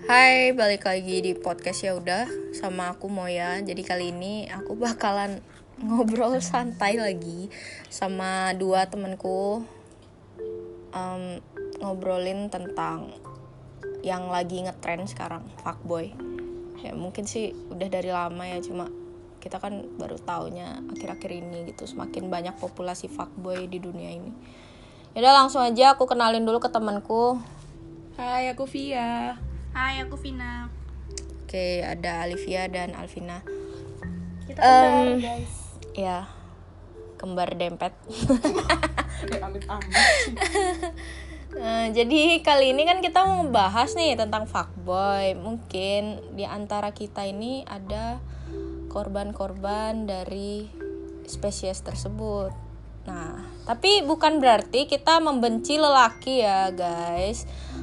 Hai, balik lagi di podcast ya udah sama aku Moya. Jadi kali ini aku bakalan ngobrol santai lagi sama dua temenku, ngobrolin tentang yang lagi ngetrend sekarang, fuckboy. Ya mungkin sih udah dari lama ya, cuma kita kan baru taunya akhir-akhir ini gitu, semakin banyak populasi fuckboy di dunia ini. Yaudah langsung aja aku kenalin dulu ke temanku. Hai, aku Via. Hai, aku Vina. Oke, ada Alivia dan Alvina. Kita kembar, guys. Ya, kembar dempet. Amit-amit. Jadi kali ini kan kita mau ngebahas nih tentang fuckboy. Mungkin di antara kita ini ada korban-korban dari spesies tersebut. Nah, tapi bukan berarti kita membenci lelaki ya, guys.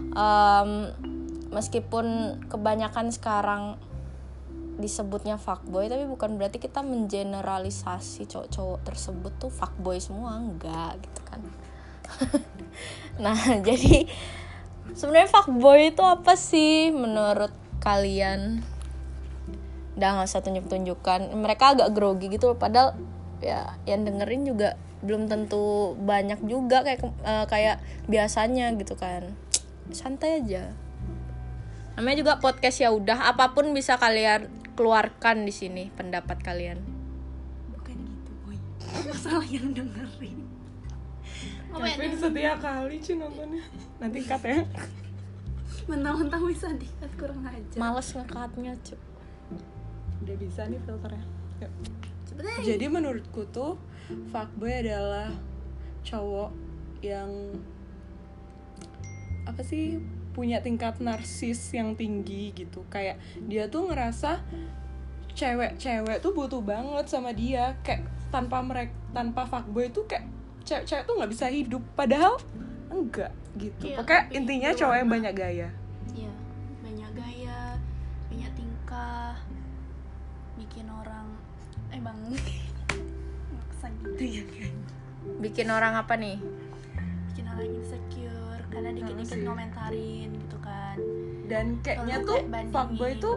Meskipun kebanyakan sekarang disebutnya fuckboy, tapi bukan berarti kita mengeneralisasi cowok-cowok tersebut tuh fuckboy semua, enggak gitu kan. Nah, jadi sebenarnya fuckboy itu apa sih menurut kalian? Udah gak usah tunjuk-tunjukkan, mereka agak grogi gitu loh, padahal ya yang dengerin juga belum tentu banyak juga kayak biasanya gitu kan. Santai aja. Namanya juga podcast ya udah, apapun bisa kalian keluarkan di sini pendapat kalian. Bukan gitu, boy. Masalah yang dengerin. Kevin setiap kali cuy nontonnya. Nanti cut ya. Mentang-mentang bisa dikat, kurang aja. Males nge-cutnya cuy. Udah bisa nih filternya. Yuk. Sebenarnya Jadi menurutku tuh fuckboy adalah cowok yang apa sih, punya tingkat narsis yang tinggi gitu. Kayak dia tuh ngerasa cewek-cewek tuh butuh banget sama dia. Kayak tanpa fuckboy tuh kayak cewek-cewek tuh nggak bisa hidup. Padahal enggak gitu. Iya, Pokoknya tapi intinya berwarna. cowok yang banyak gaya. iya, banyak gaya, banyak tingkah, bikin orang maksa gitu ya kan. Bikin orang apa nih? Bikin orang insecure karena dikit-dikit sih. ngomentarin gitu kan. Dan kayaknya Kalau tuh kayak bandingin. fuckboy tuh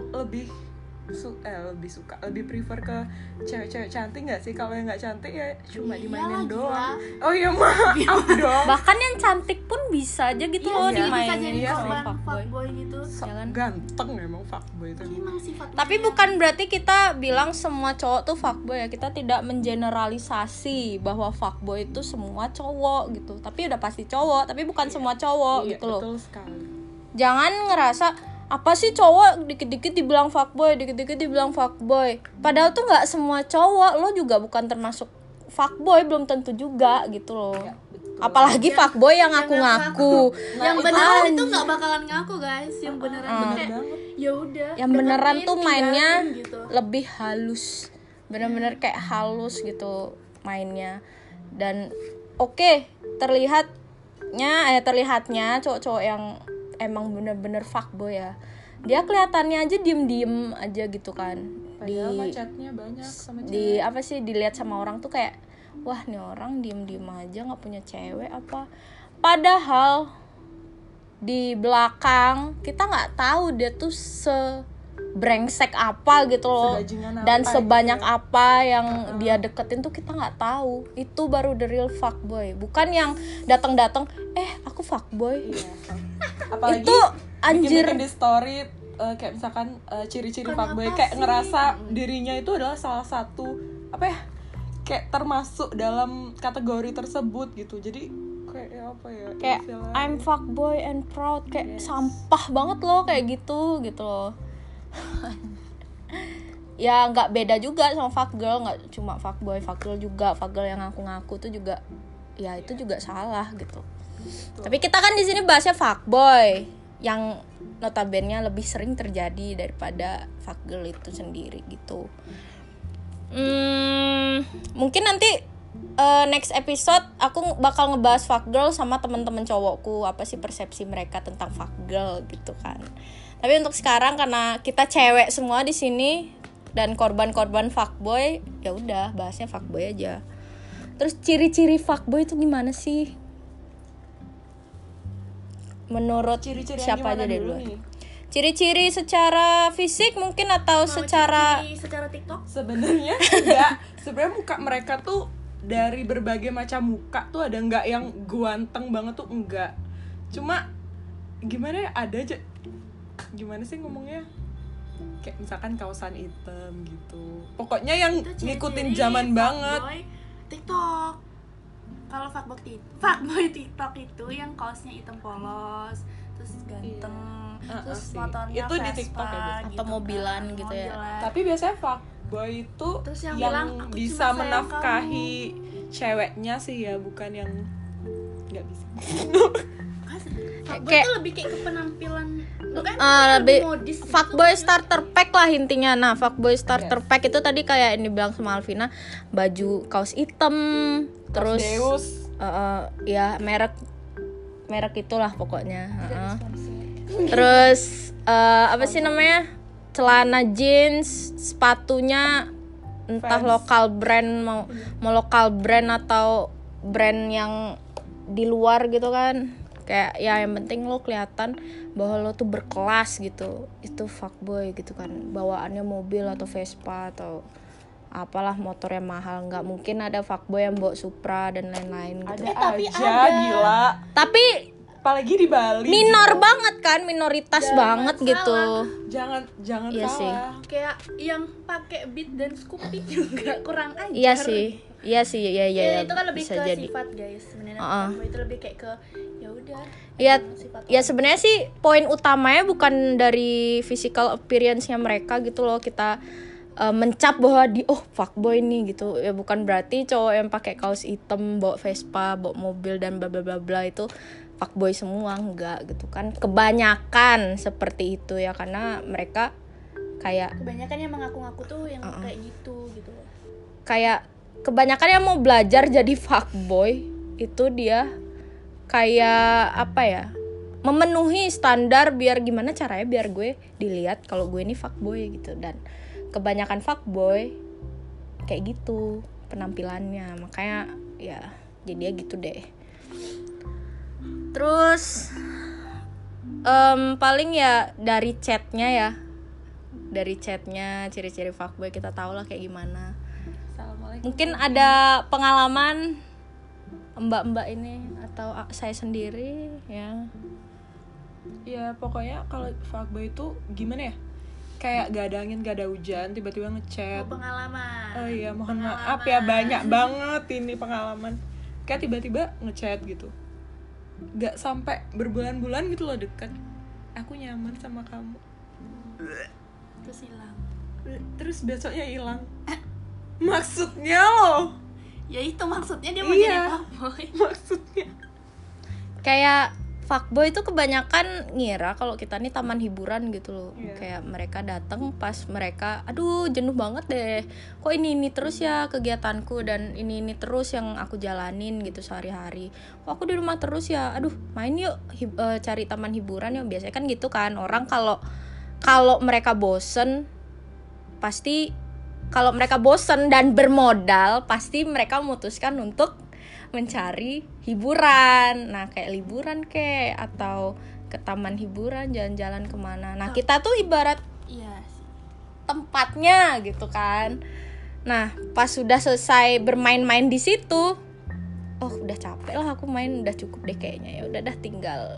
lebih prefer ke cewek-cewek cantik nggak sih? Kalau yang nggak cantik ya cuma Ya dimainin iyalah, doang. gila. Oh iya maaf dong. Bahkan yang cantik pun bisa aja gitu loh Iya, bisa dimainin jadi iya sama korban fuckboy. fuckboy gitu. Jangan. Ganteng emang fuckboy itu. Emang sifatnya. Tapi bukan berarti kita bilang semua cowok tuh fuckboy ya. Kita tidak mengeneralisasi bahwa fuckboy itu semua cowok gitu. Tapi udah pasti cowok, tapi bukan semua cowok Iya, gitu loh. betul sekali. Jangan ngerasa apa sih cowok dikit-dikit dibilang fuckboy, dikit-dikit dibilang fuckboy. Padahal tuh nggak semua cowok, lo juga bukan termasuk fuckboy, belum tentu juga gitu loh. Ya, betul. Apalagi fuckboy yang ngaku-ngaku. Yang Nah, beneran itu nggak bakalan ngaku, guys. Yang beneran tuh Bener kayak banget. ya udah. Yang beneran dengerin, tuh mainnya tinggalin gitu. lebih halus, bener-bener kayak halus gitu mainnya. Dan oke, terlihatnya cowok-cowok yang emang bener-bener fuckboy ya, dia kelihatannya aja diem-diem aja gitu kan. Padahal macetnya banyak sama Di cewek. apa sih, dilihat sama orang tuh kayak wah nih orang diem-diem aja nggak punya cewek apa. Padahal di belakang kita nggak tahu dia tuh sebrengsek apa gitu loh, Sebajingan apa dan sebanyak gitu ya. apa yang dia deketin tuh kita nggak tahu. Itu baru the real fuckboy, bukan yang datang-datang aku fuckboy. Iya. Apalagi Itu anjir. bikin di story kayak misalkan ciri-ciri Kenapa fuckboy kayak sih? ngerasa dirinya itu adalah salah satu apa ya, kayak termasuk dalam kategori tersebut gitu. Jadi kayak apa ya, Kayak istilahnya. I'm fuckboy and proud, kayak Yes. sampah banget loh kayak gitu loh. Ya nggak beda juga sama fuckgirl, nggak cuma fuckboy, fuckgirl juga, fuckgirl yang ngaku-ngaku tuh juga ya itu juga salah gitu. Tapi kita kan di sini bahasnya fuckboy yang notabene lebih sering terjadi daripada fuckgirl itu sendiri gitu. Mungkin nanti next episode aku bakal ngebahas fuckgirl sama teman-teman cowokku, apa sih persepsi mereka tentang fuckgirl gitu kan. Tapi untuk sekarang karena kita cewek semua di sini dan korban-korban fuckboy, ya udah bahasnya fuckboy aja. Terus ciri-ciri fuckboy itu gimana sih? Menurut Ciri-ciri yang siapa aja gimana deh dulu dulu? nih? Ciri-ciri secara fisik mungkin atau secara secara TikTok? Sebenarnya enggak. Sebenarnya muka mereka tuh dari berbagai macam muka tuh ada enggak yang ganteng banget tuh enggak. Cuma gimana ya, ada aja. Gimana sih ngomongnya? Kayak misalkan kaosan hitam gitu. Pokoknya yang Itu ngikutin ciri-ciri zaman banget. fuckboy TikTok. Kalau fuckboy TikTok itu yang kaosnya hitam polos, terus ganteng, terus sih. motornya Itu di Vespa, TikTok ya, biasanya. Atau mobilan gitu ya. mobilan. Tapi biasanya fuckboy itu Terus yang yang bilang, "Aku bisa cuma sayang menafkahi ceweknya sih ya, bukan yang nggak bisa. Fuckboy Kayak- itu lebih kayak ke penampilan, bukan? lebih modis gitu. fuckboy starter pack lah intinya. Nah, fuckboy starter pack itu tadi kayak ini bilang sama Alvina, baju kaos hitam, terus Deus. ya merek itulah pokoknya. Terus apa sih namanya, celana jeans, sepatunya entah Vans. lokal brand, mau lokal brand atau brand yang di luar gitu kan. Kayak ya yang penting lo kelihatan bahwa lo tuh berkelas gitu. Itu fuckboy gitu kan. Bawaannya mobil atau Vespa atau apalah motor yang mahal. Nggak mungkin ada fuckboy yang bawa Supra dan lain-lain gitu. Ada tapi aja, ada. gila. Tapi Apalagi di Bali. minor banget kan, minoritas banget salah. gitu. Jangan Iya sih. salah. Kayak yang pakai Beat dan Scoopy juga kurang ajar. Iya sih, iya Ya, itu kan lebih bisa ke jadi. sifat guys sebenarnya. Fuckboy itu lebih kayak ke ya udah. Ya, sifat ya sebenarnya sih poin utamanya bukan dari physical appearance-nya mereka gitu loh, kita mencap bahwa fuckboy nih gitu. Ya bukan berarti cowok yang pakai kaos hitam, bawa Vespa, bawa mobil dan bla bla bla bla itu fuckboy semua, enggak gitu kan. Kebanyakan seperti itu ya, karena mereka kayak kebanyakan yang mengaku-ngaku tuh yang kayak gitu loh. kayak kebanyakan yang mau belajar jadi fuckboy itu dia kayak apa ya, memenuhi standar biar gimana caranya biar gue dilihat kalau gue ini fuckboy gitu. Dan kebanyakan fuckboy kayak gitu penampilannya, makanya ya jadinya gitu deh. Terus paling ya dari chatnya ciri-ciri fuckboy kita tahu lah kayak gimana. Assalamualaikum. Mungkin ada pengalaman mbak-mbak ini atau saya sendiri ya. Ya pokoknya kalau fuckboy itu gimana ya? Kayak gak ada angin, gak ada hujan, tiba-tiba ngechat. Pengalaman. Oh iya, mohon maaf ya, banyak banget ini pengalaman. Kayak tiba-tiba ngechat gitu. Gak sampai berbulan-bulan gitu loh deket. Aku nyaman sama kamu. Terus hilang. Terus besoknya hilang. Maksudnya loh. Ya itu maksudnya dia mau Iya. jadi fuckboy. Maksudnya. Kayak fuckboy itu kebanyakan ngira kalau kita nih taman hiburan gitu loh. Iya. Kayak mereka datang pas mereka aduh jenuh banget deh, kok ini terus ya kegiatanku dan ini terus yang aku jalanin gitu sehari-hari, kok aku di rumah terus ya, aduh main yuk cari taman hiburan yuk. Biasanya kan gitu kan orang, kalau mereka bosen pasti, kalau mereka bosen dan bermodal pasti mereka memutuskan untuk mencari hiburan. Nah kayak liburan atau ke taman hiburan, jalan-jalan kemana. Nah kita tuh ibarat Iya sih. tempatnya gitu kan. Nah pas sudah selesai bermain-main di situ, udah capek lah aku main, udah cukup deh kayaknya, ya udah dah tinggal.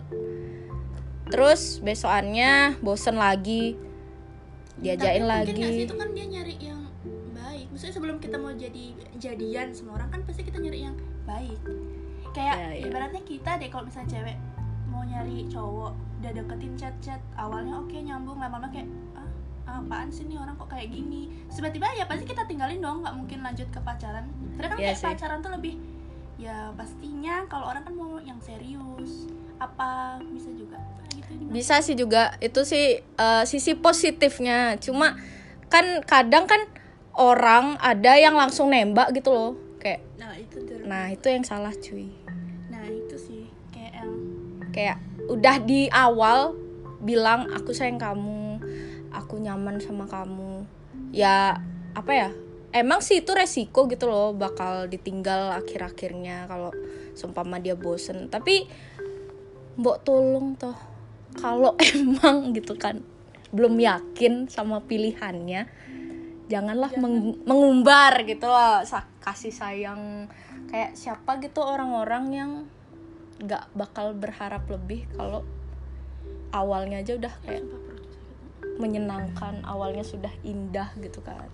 Terus besokannya bosen lagi, diajain Tapi lagi. mungkin gak sih itu kan dia nyari yang baik. Maksudnya sebelum kita mau jadian sama orang kan pasti kita nyari yang baik. Kayak Ya. ibaratnya kita deh kalau misalnya cewek mau nyari cowok, udah deketin chat awalnya oke, nyambung, lama-lama kayak apaan sih nih orang kok kayak gini. Tiba-tiba ya pasti kita tinggalin dong, nggak mungkin lanjut ke pacaran. Karena kan Iya kayak sih. pacaran tuh lebih ya pastinya kalau orang kan mau yang serius. Apa bisa juga gitu gimana? Bisa sih juga, itu sih sisi positifnya. Cuma kan kadang kan orang ada yang langsung nembak gitu loh, kayak nah itu yang salah cuy. Nah itu sih Kayak udah di awal bilang aku sayang kamu, aku nyaman sama kamu, ya apa ya, emang sih itu resiko gitu loh, bakal ditinggal akhir-akhirnya kalau seumpama dia bosen. Tapi mbok tolong toh, kalau emang gitu kan belum yakin sama pilihannya, janganlah mengumbar gitu loh kasih sayang. Kayak siapa gitu orang-orang yang gak bakal berharap lebih kalau awalnya aja udah kayak menyenangkan, awalnya sudah indah gitu kan.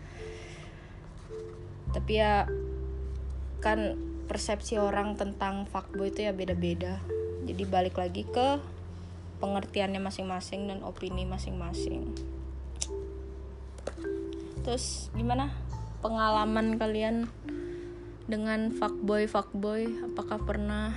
Tapi ya kan persepsi orang tentang fuckboy itu ya beda-beda. Jadi balik lagi ke pengertiannya masing-masing dan opini masing-masing. Terus gimana pengalaman kalian dengan fuckboy? Apakah pernah?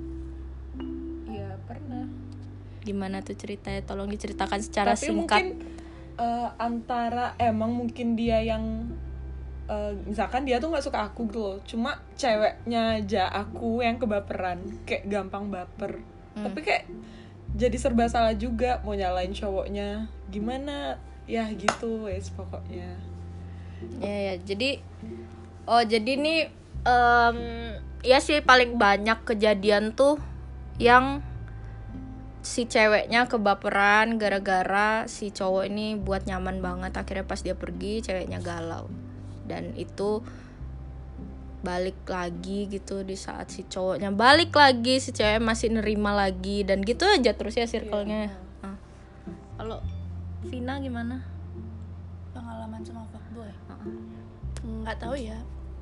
Ya pernah. Gimana tuh ceritanya? Tolong diceritakan secara tapi singkat. Mungkin antara emang mungkin dia yang misalkan dia tuh nggak suka aku gitu loh, cuma ceweknya aja aku yang kebaperan, kayak gampang baper. Tapi kayak jadi serba salah juga, mau nyalain cowoknya gimana ya gitu wes pokoknya. Ya jadi nih ya sih paling banyak kejadian tuh yang si ceweknya kebaperan gara-gara si cowok ini buat nyaman banget, akhirnya pas dia pergi ceweknya galau. Dan itu balik lagi gitu, di saat si cowoknya balik lagi si cewek masih nerima lagi, dan gitu aja terus ya circle-nya. Kalau Vina gimana Pengalaman sama fuckboy? Nggak tahu ya.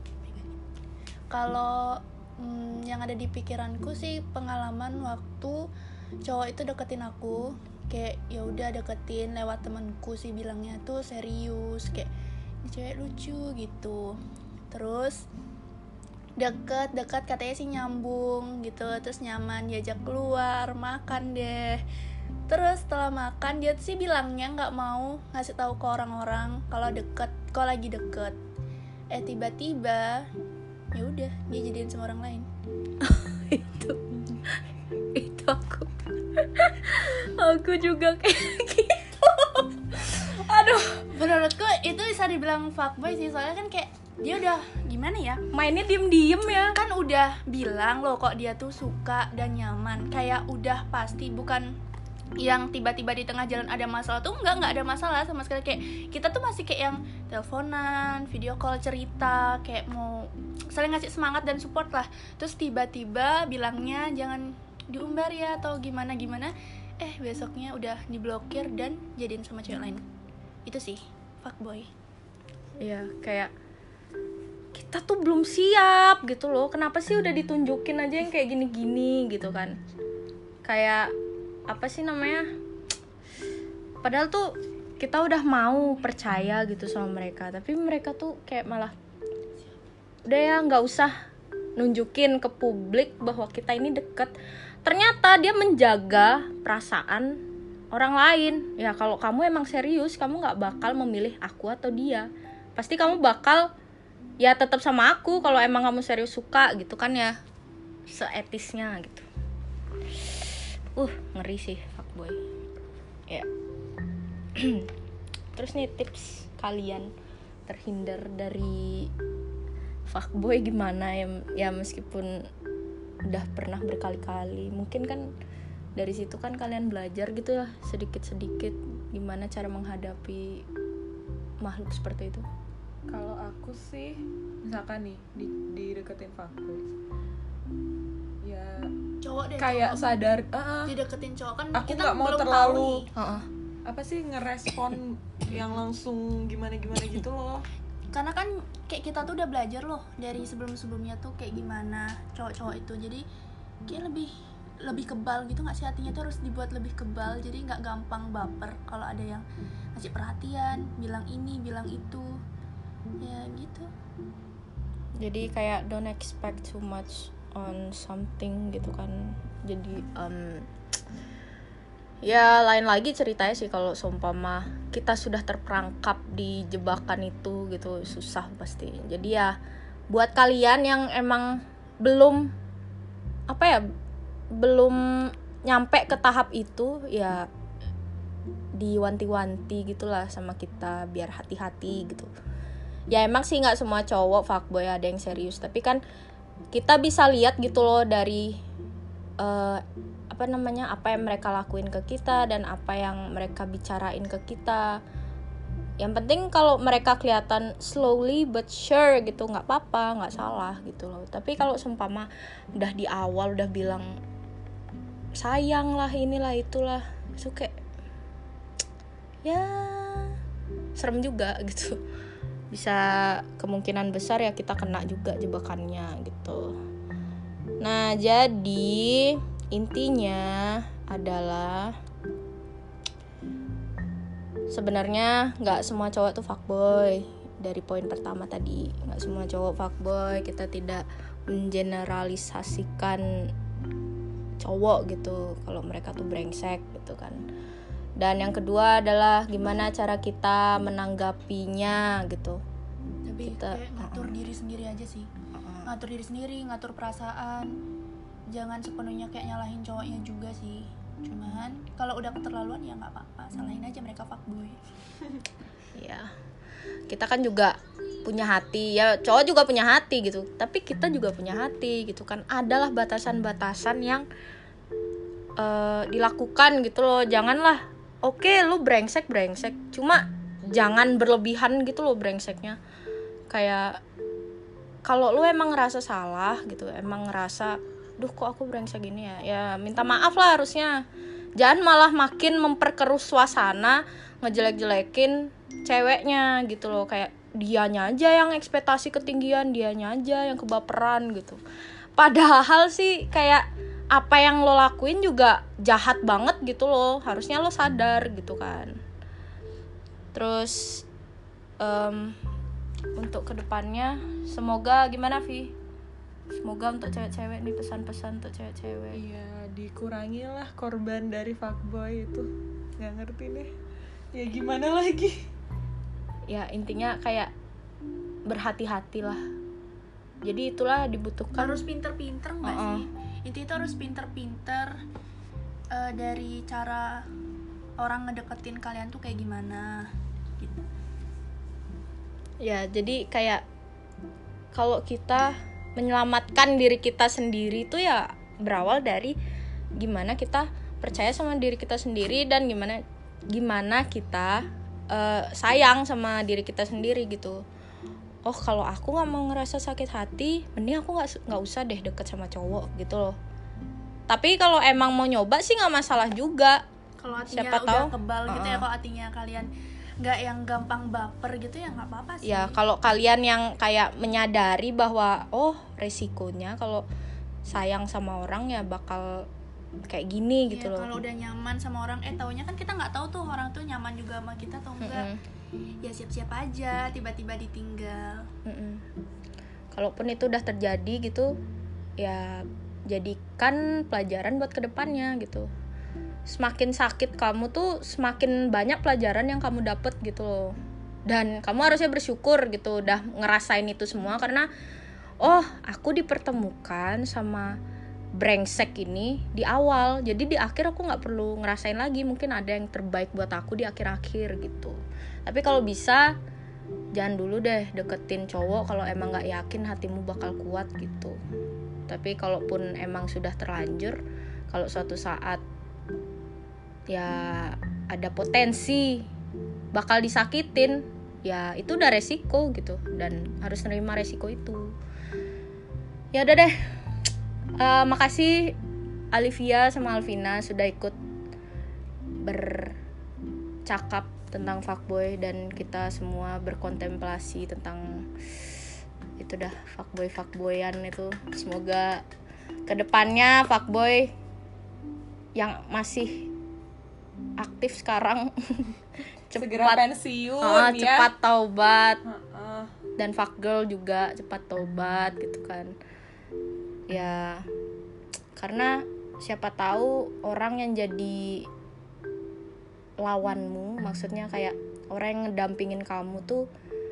Kalau yang ada di pikiranku sih pengalaman waktu cowok itu deketin aku, kayak ya udah deketin lewat temanku sih, bilangnya tuh serius, kayak ini cewek lucu gitu. Terus deket katanya sih nyambung gitu, terus nyaman diajak keluar makan deh. Terus setelah makan dia tuh sih bilangnya nggak mau ngasih tahu ke orang-orang kalau lagi deket. Tiba-tiba ya udah dia jadian sama orang lain. itu aku juga kayak gitu. Aduh, Menurutku itu bisa dibilang fuckboy sih, soalnya kan kayak dia udah gimana ya, mainnya diem ya kan udah bilang loh kok dia tuh suka dan nyaman, kayak udah pasti, bukan yang tiba-tiba di tengah jalan ada masalah tuh. Nggak ada masalah sama sekali, kayak kita tuh masih kayak yang teleponan, video call, cerita, kayak mau saling ngasih semangat dan support lah. Terus tiba-tiba bilangnya jangan diumbar ya atau gimana besoknya udah diblokir dan jadiin sama cewek lain. Itu sih fuckboy. ya. Kayak kita tuh belum siap gitu loh, kenapa sih udah ditunjukin aja yang kayak gini-gini gitu kan. Kayak apa sih namanya, padahal tuh kita udah mau percaya gitu sama mereka, tapi mereka tuh kayak malah udah ya nggak usah nunjukin ke publik bahwa kita ini deket. Ternyata dia menjaga perasaan orang lain. Ya kalau kamu emang serius, kamu nggak bakal memilih aku atau dia, pasti kamu bakal ya tetap sama aku kalau emang kamu serius suka gitu kan ya, seetisnya gitu. Ngeri sih fuckboy ya. Terus nih tips kalian terhindar dari fuckboy gimana ya meskipun udah pernah berkali-kali, mungkin kan dari situ kan kalian belajar gitu lah sedikit-sedikit gimana cara menghadapi makhluk seperti itu. Kalau aku sih misalkan nih dideketin fuckboy, ya Cowok deh, kayak cowok. sadar Dideketin cowok kan aku kita nggak mau belum terlalu tahu nih. apa sih ngerespon yang langsung gimana gitu loh. Karena kan kayak kita tuh udah belajar loh dari sebelum-sebelumnya tuh kayak gimana cowok-cowok itu, jadi kayak lebih kebal gitu nggak sih, hatinya tuh harus dibuat lebih kebal, jadi nggak gampang baper kalau ada yang ngasih perhatian, bilang ini bilang itu, ya gitu. Jadi kayak don't expect too much on something gitu kan. Jadi ya lain lagi ceritanya sih kalau seumpama kita sudah terperangkap di jebakan itu gitu, susah pasti. Jadi ya buat kalian yang emang belum nyampe ke tahap itu, ya diwanti-wanti gitulah sama kita biar hati-hati gitu. Ya emang sih nggak semua cowok fuckboy ada yang serius, tapi kan kita bisa lihat gitu loh dari apa yang mereka lakuin ke kita dan apa yang mereka bicarain ke kita. Yang penting kalau mereka kelihatan slowly but sure gitu, nggak apa-apa, nggak salah gitu loh. Tapi kalau seumpama udah di awal udah bilang sayang lah, inilah itulah, itu kayak ya serem juga gitu. Bisa kemungkinan besar ya kita kena juga jebakannya gitu. Nah, jadi intinya adalah sebenarnya nggak semua cowok tuh fuckboy. Dari poin pertama tadi, nggak semua cowok fuckboy. Kita tidak mengeneralisasikan cowok gitu kalau mereka tuh brengsek gitu kan. Dan yang kedua adalah gimana cara kita menanggapinya gitu. Lebih Kita kayak ngatur diri sendiri aja sih. Ngatur diri sendiri, ngatur perasaan. Jangan sepenuhnya kayak nyalahin cowoknya juga sih. Cuman kalau udah keterlaluan ya nggak apa-apa, salahin aja mereka fuckboy. Ya, kita kan juga punya hati ya, cowok juga punya hati gitu, tapi kita juga punya hati gitu kan. Adalah batasan-batasan yang dilakukan gitu loh. Janganlah oke, lu brengsek, cuma jangan berlebihan gitu loh brengseknya. Kayak kalau lu emang ngerasa salah gitu, emang ngerasa duh kok aku brengsek gini ya minta maaf lah harusnya. Jangan malah makin memperkeruh suasana, ngejelek-jelekin ceweknya gitu loh. Kayak dianya aja yang ekspektasi ketinggian, dianya aja yang kebaperan gitu. Padahal sih kayak apa yang lo lakuin juga jahat banget gitu loh. Harusnya lo sadar gitu kan. Terus untuk kedepannya semoga gimana Vi? Semoga untuk cewek-cewek nih, pesan-pesan untuk cewek-cewek. Iya, dikurangilah korban dari fuckboy itu. Nggak ngerti deh. Ya gimana lagi? Ya intinya kayak berhati-hatilah. Jadi itulah dibutuhkan. Harus pinter-pinter nggak sih? Intinya itu harus pinter-pinter dari cara orang ngedeketin kalian tuh kayak gimana gitu. Ya jadi kayak kalau kita menyelamatkan diri kita sendiri itu ya berawal dari gimana kita percaya sama diri kita sendiri dan gimana kita sayang sama diri kita sendiri gitu. Oh kalau aku nggak mau ngerasa sakit hati, mending aku nggak usah deh deket sama cowok gitu loh. Tapi kalau emang mau nyoba sih nggak masalah juga. Kalau hatinya Siapa udah tahu kebal gitu ya, kalau hatinya kalian nggak yang gampang baper gitu ya nggak apa-apa sih. Ya kalau kalian yang kayak menyadari bahwa oh resikonya kalau sayang sama orang ya bakal kayak gini gitu ya, loh. Kalau udah nyaman sama orang, taunya kan kita nggak tahu tuh orang tuh nyaman juga sama kita atau enggak. Ya siap-siap aja tiba-tiba ditinggal. Kalaupun itu udah terjadi gitu, ya jadikan pelajaran buat kedepannya gitu. Semakin sakit kamu tuh semakin banyak pelajaran yang kamu dapet gitu loh. Dan kamu harusnya bersyukur gitu udah ngerasain itu semua karena oh aku dipertemukan sama brengsek ini di awal, jadi di akhir aku nggak perlu ngerasain lagi. Mungkin ada yang terbaik buat aku di akhir-akhir gitu. Tapi kalau bisa jangan dulu deh deketin cowok kalau emang nggak yakin hatimu bakal kuat gitu. Tapi kalaupun emang sudah terlanjur, kalau suatu saat ya ada potensi bakal disakitin, ya itu udah resiko gitu dan harus nerima resiko itu. Ya udah deh. Makasih Alivia sama Alvina sudah ikut bercakap tentang fuckboy dan kita semua berkontemplasi tentang itu dah fuckboyan itu. Semoga kedepannya fuckboy yang masih aktif sekarang segera pensiun ya. Cepat taubat. Dan fuckgirl juga cepat taubat gitu kan. Ya karena siapa tahu orang yang jadi lawanmu, maksudnya kayak orang yang ngedampingin kamu tuh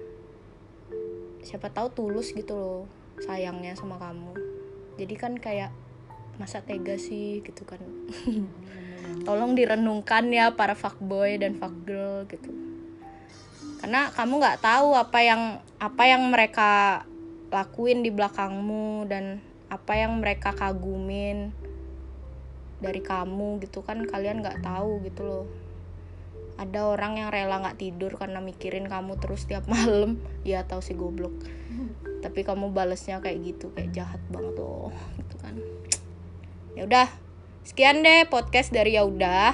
siapa tahu tulus gitu loh sayangnya sama kamu. Jadi kan kayak masa tega sih gitu kan. Tolong direnungkan ya para fuckboy dan fuckgirl gitu. Karena kamu nggak tahu apa yang mereka lakuin di belakangmu dan apa yang mereka kagumin. dari kamu gitu kan, kalian nggak tahu gitu loh. Ada orang yang rela nggak tidur karena mikirin kamu terus tiap malam. Ya tahu sih goblok. Tapi kamu balesnya kayak gitu, kayak jahat banget loh, gitu kan. Ya udah, sekian deh podcast dari Ya Udah.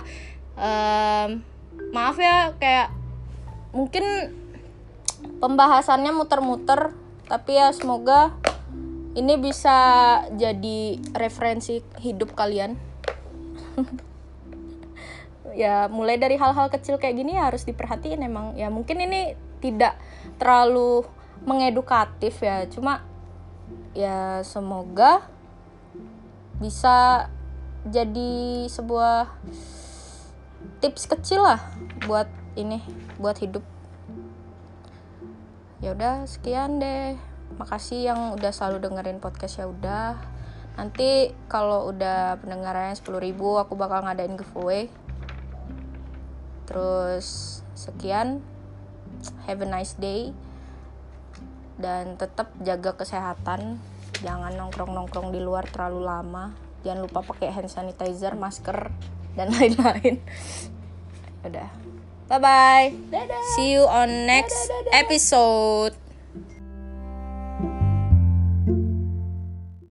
Maaf ya, kayak mungkin pembahasannya muter-muter, tapi ya semoga ini bisa jadi referensi hidup kalian. Ya mulai dari hal-hal kecil kayak gini ya harus diperhatiin emang. Ya mungkin ini tidak terlalu mengedukatif ya, cuma ya semoga bisa jadi sebuah tips kecil lah buat ini, buat hidup. Ya udah, sekian deh. Makasih yang udah selalu dengerin podcast Ya Udah. Nanti kalau udah pendengarannya 10.000 aku bakal ngadain giveaway. Terus sekian, have a nice day, dan tetap jaga kesehatan, jangan nongkrong-nongkrong di luar terlalu lama, jangan lupa pakai hand sanitizer, masker, dan lain-lain. Udah, bye bye, see you on next episode.